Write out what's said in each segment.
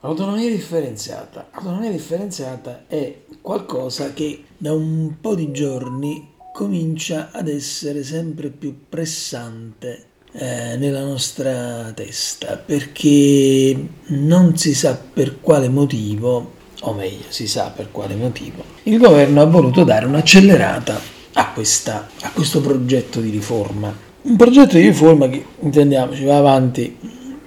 Autonomia differenziata. Autonomia differenziata è qualcosa che da un po' di giorni comincia ad essere sempre più pressante nella nostra testa, perché non si sa per quale motivo, o meglio si sa per quale motivo, il governo ha voluto dare un'accelerata a questo progetto di riforma. Un progetto di riforma che, intendiamoci, va avanti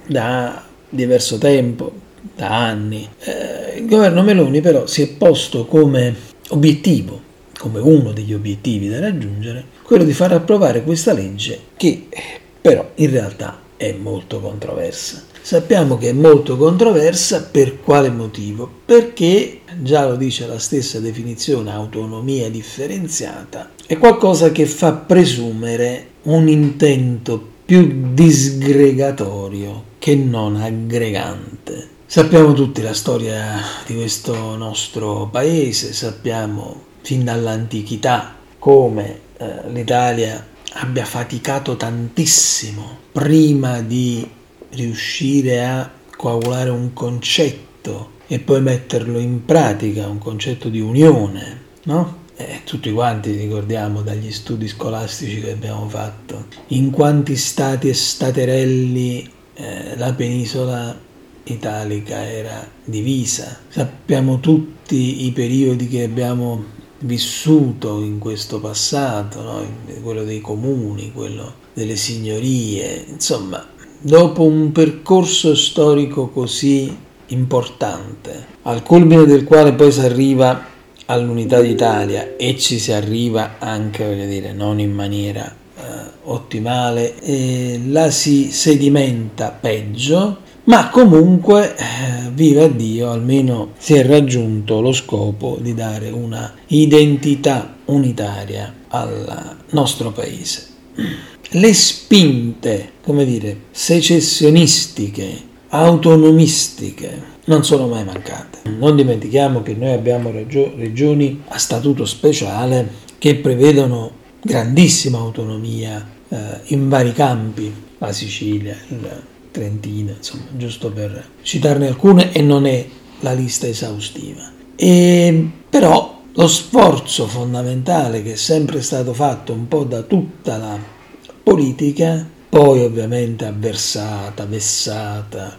da diverso tempo, da anni. Il governo Meloni però si è posto come obiettivo, come uno degli obiettivi da raggiungere, quello di far approvare questa legge che però in realtà è molto controversa. Sappiamo che è molto controversa per quale motivo? Perché, già lo dice la stessa definizione, autonomia differenziata, è qualcosa che fa presumere un intento più disgregatorio che non aggregante. Sappiamo tutti la storia di questo nostro paese, sappiamo fin dall'antichità come l'Italia abbia faticato tantissimo prima di riuscire a coagulare un concetto e poi metterlo in pratica, un concetto di unione, no? Tutti quanti ricordiamo dagli studi scolastici che abbiamo fatto in quanti stati e staterelli la penisola italica era divisa. Sappiamo tutti i periodi che abbiamo vissuto in questo passato, no? Quello dei comuni, quello delle signorie, insomma, dopo un percorso storico così importante, al culmine del quale poi si arriva all'unità d'Italia e ci si arriva anche, voglio dire, non in maniera ottimale, la si sedimenta peggio, ma comunque, viva Dio, almeno si è raggiunto lo scopo di dare una identità unitaria al nostro paese. Le spinte, secessionistiche, autonomistiche, non sono mai mancate. Non dimentichiamo che noi abbiamo regioni a statuto speciale che prevedono grandissima autonomia in vari campi, la Sicilia, il Trentino, insomma, giusto per citarne alcune, e non è la lista esaustiva. Però lo sforzo fondamentale che è sempre stato fatto un po' da tutta la politica, poi ovviamente avversata, vessata,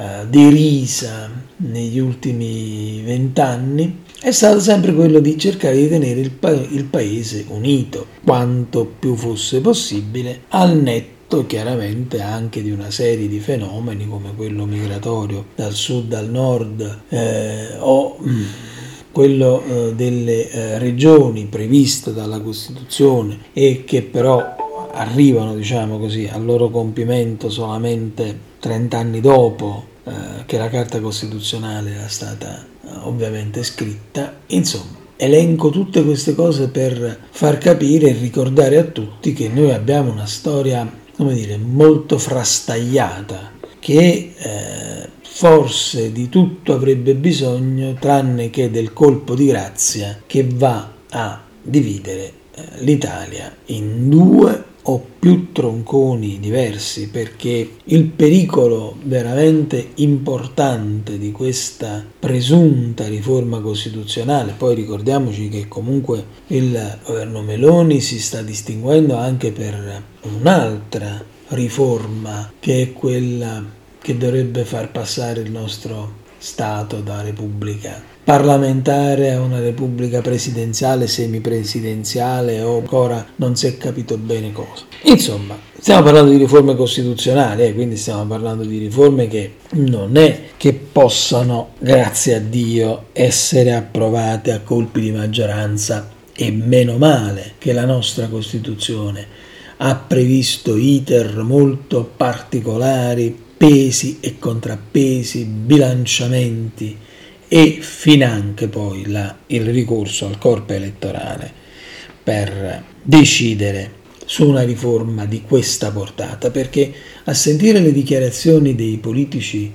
derisa negli ultimi 20 anni, è stato sempre quello di cercare di tenere il paese unito quanto più fosse possibile, al netto chiaramente anche di una serie di fenomeni come quello migratorio dal sud al nord, o quello delle regioni previsto dalla Costituzione e che però arrivano, diciamo così, al loro compimento solamente 30 anni dopo che la Carta Costituzionale era stata ovviamente scritta. Insomma, elenco tutte queste cose per far capire e ricordare a tutti che noi abbiamo una storia, molto frastagliata, che forse di tutto avrebbe bisogno tranne che del colpo di grazia che va a dividere l'Italia in due o più tronconi diversi, perché il pericolo veramente importante di questa presunta riforma costituzionale, poi ricordiamoci che comunque il governo Meloni si sta distinguendo anche per un'altra riforma, che è quella che dovrebbe far passare il nostro Stato da repubblica parlamentare a una repubblica presidenziale, semipresidenziale, o ancora non si è capito bene cosa. Insomma, stiamo parlando di riforme costituzionali, quindi stiamo parlando di riforme che non è che possano, grazie a Dio, essere approvate a colpi di maggioranza, e meno male che la nostra Costituzione ha previsto iter molto particolari, pesi e contrappesi, bilanciamenti e finanche poi il ricorso al corpo elettorale per decidere su una riforma di questa portata, perché a sentire le dichiarazioni dei politici,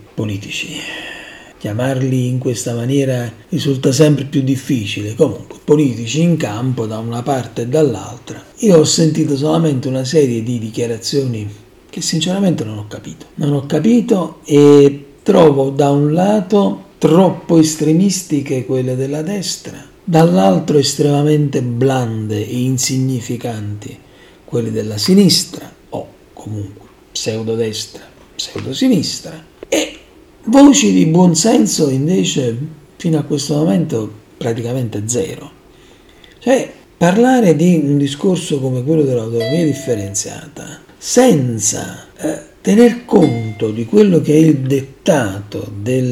chiamarli in questa maniera risulta sempre più difficile, comunque politici in campo da una parte e dall'altra, io ho sentito solamente una serie di dichiarazioni che sinceramente non ho capito e trovo da un lato troppo estremistiche quelle della destra, dall'altro estremamente blande e insignificanti quelle della sinistra, o comunque pseudodestra, pseudosinistra, e voci di buonsenso invece fino a questo momento praticamente zero. Cioè, parlare di un discorso come quello dell'autonomia differenziata senza tener conto di quello che è il dettato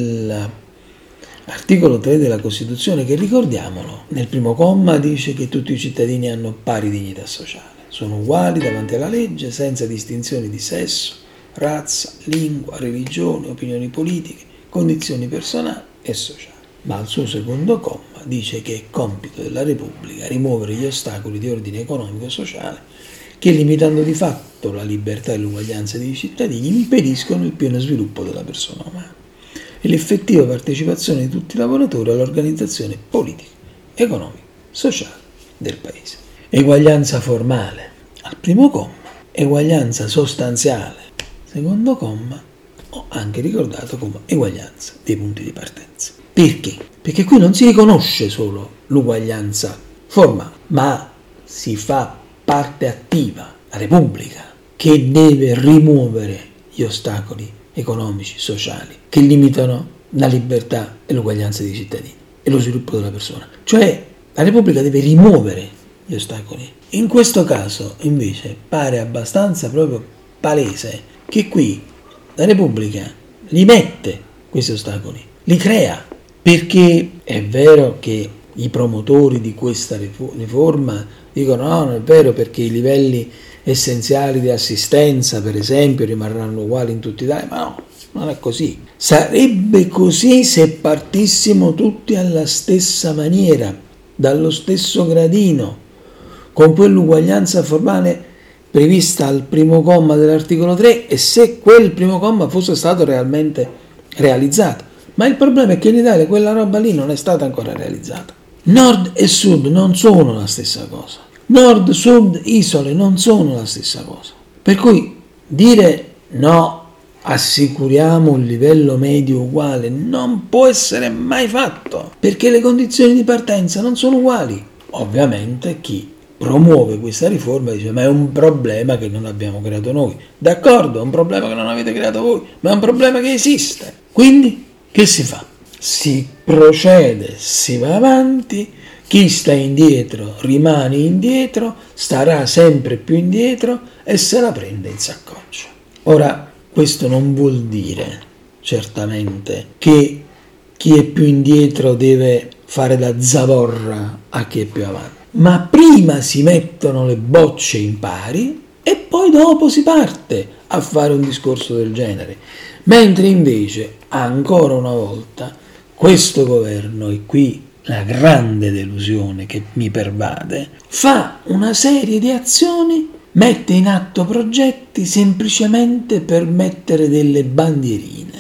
dell'articolo 3 della Costituzione, che ricordiamolo, nel primo comma dice che tutti i cittadini hanno pari dignità sociale, sono uguali davanti alla legge senza distinzioni di sesso, razza, lingua, religione, opinioni politiche, condizioni personali e sociali. Ma al suo secondo comma dice che è compito della Repubblica rimuovere gli ostacoli di ordine economico e sociale che, limitando di fatto la libertà e l'uguaglianza dei cittadini, impediscono il pieno sviluppo della persona umana e l'effettiva partecipazione di tutti i lavoratori all'organizzazione politica, economica, sociale del Paese. Eguaglianza formale al primo comma, eguaglianza sostanziale secondo comma, o anche ricordato come eguaglianza dei punti di partenza. Perché? Perché qui non si riconosce solo l'uguaglianza formale, ma si fa parte attiva la Repubblica, che deve rimuovere gli ostacoli economici, sociali, che limitano la libertà e l'uguaglianza dei cittadini e lo sviluppo della persona. Cioè la Repubblica deve rimuovere gli ostacoli. In questo caso invece pare abbastanza proprio palese che qui la Repubblica li mette questi ostacoli, li crea, perché è vero che i promotori di questa riforma dicono no, non è vero, perché i livelli essenziali di assistenza, per esempio, rimarranno uguali in tutta Italia, ma no, non è così. Sarebbe così se partissimo tutti alla stessa maniera, dallo stesso gradino, con quell'uguaglianza formale prevista al primo comma dell'articolo 3, e se quel primo comma fosse stato realmente realizzato. Ma il problema è che in Italia quella roba lì non è stata ancora realizzata. Nord e Sud non sono la stessa cosa. Nord, Sud, isole non sono la stessa cosa. Per cui dire no, assicuriamo un livello medio uguale, non può essere mai fatto, perché le condizioni di partenza non sono uguali. Ovviamente chi promuove questa riforma dice ma è un problema che non abbiamo creato noi. D'accordo, è un problema che non avete creato voi, ma è un problema che esiste. Quindi che si fa? Si procede, si va avanti, chi sta indietro rimane indietro, starà sempre più indietro e se la prende in saccoccia. Ora, questo non vuol dire certamente che chi è più indietro deve fare da zavorra a chi è più avanti, ma prima si mettono le bocce in pari e poi dopo si parte a fare un discorso del genere, mentre invece ancora una volta questo governo, e qui la grande delusione che mi pervade, fa una serie di azioni, mette in atto progetti semplicemente per mettere delle bandierine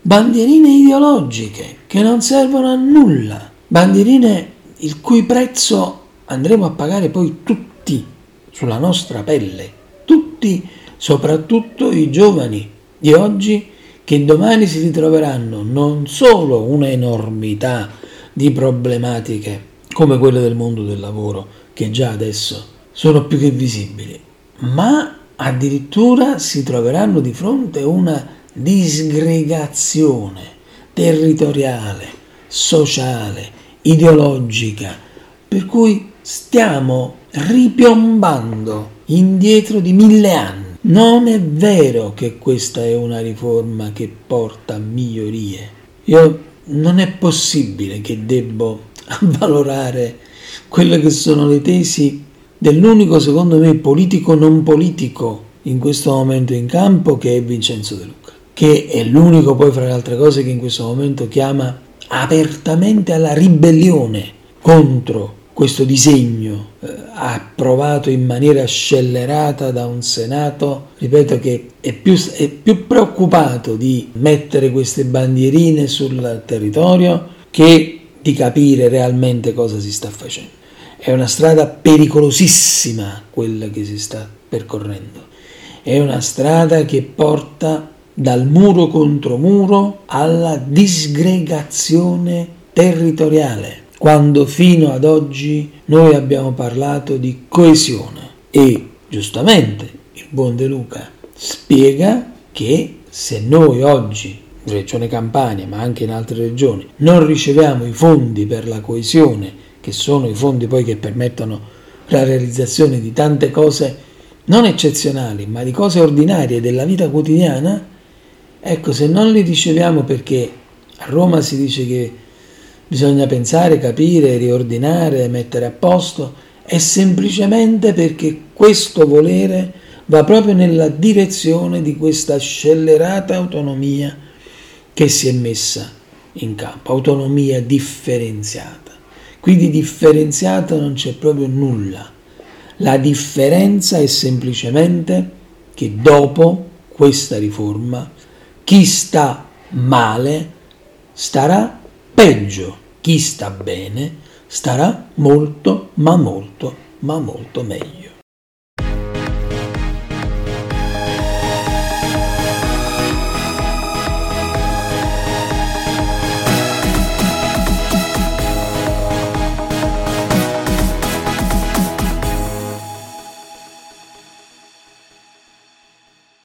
ideologiche che non servono a nulla, bandierine il cui prezzo andremo a pagare poi tutti sulla nostra pelle, tutti, soprattutto i giovani di oggi, che domani si ritroveranno non solo una enormità di problematiche come quelle del mondo del lavoro, che già adesso sono più che visibili, ma addirittura si troveranno di fronte a una disgregazione territoriale, sociale, ideologica, per cui stiamo ripiombando indietro di 1000 anni. Non è vero che questa è una riforma che porta a migliorie. Non è possibile che debbo avvalorare quelle che sono le tesi dell'unico, secondo me, politico non politico in questo momento in campo, che è Vincenzo De Luca, che è l'unico poi fra le altre cose che in questo momento chiama apertamente alla ribellione contro questo disegno approvato in maniera scellerata da un Senato, ripeto, che è più preoccupato di mettere queste bandierine sul territorio che di capire realmente cosa si sta facendo. È una strada pericolosissima quella che si sta percorrendo, è una strada che porta dal muro contro muro alla disgregazione territoriale, quando fino ad oggi noi abbiamo parlato di coesione. E giustamente il buon De Luca spiega che se noi oggi, in Regione Campania ma anche in altre regioni, non riceviamo i fondi per la coesione, che sono i fondi poi che permettono la realizzazione di tante cose non eccezionali ma di cose ordinarie della vita quotidiana, ecco, se non li riceviamo, perché a Roma si dice che bisogna pensare, capire, riordinare, mettere a posto, è semplicemente perché questo volere va proprio nella direzione di questa scellerata autonomia che si è messa in campo, autonomia differenziata. Qui di differenziato non c'è proprio nulla. La differenza è semplicemente che dopo questa riforma chi sta male starà peggio, chi sta bene starà molto, ma molto, ma molto meglio.